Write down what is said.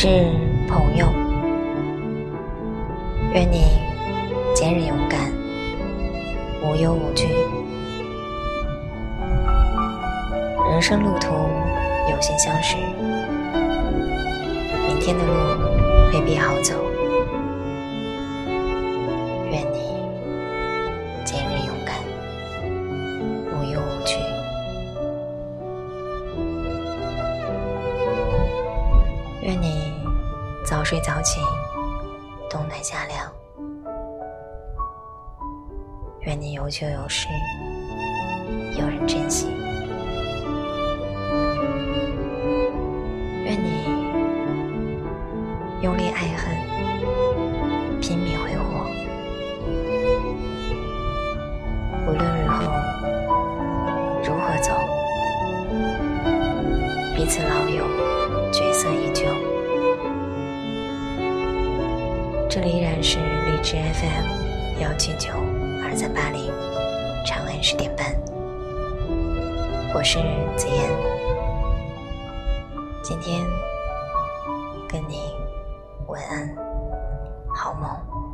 致朋友，愿你坚韧勇敢，无忧无惧。人生路途有幸相识，明天的路未必好走。愿你坚韧勇敢，无忧无惧。愿你早睡早起，冬暖夏凉。愿你有酒有诗，有人珍惜。愿你用力爱恨，拼命挥霍。无论日后如何走，彼此老友，角色依旧。这里依然是荔枝 FM 1792380，长安10点半。我是子妍，今天跟你晚安，好梦。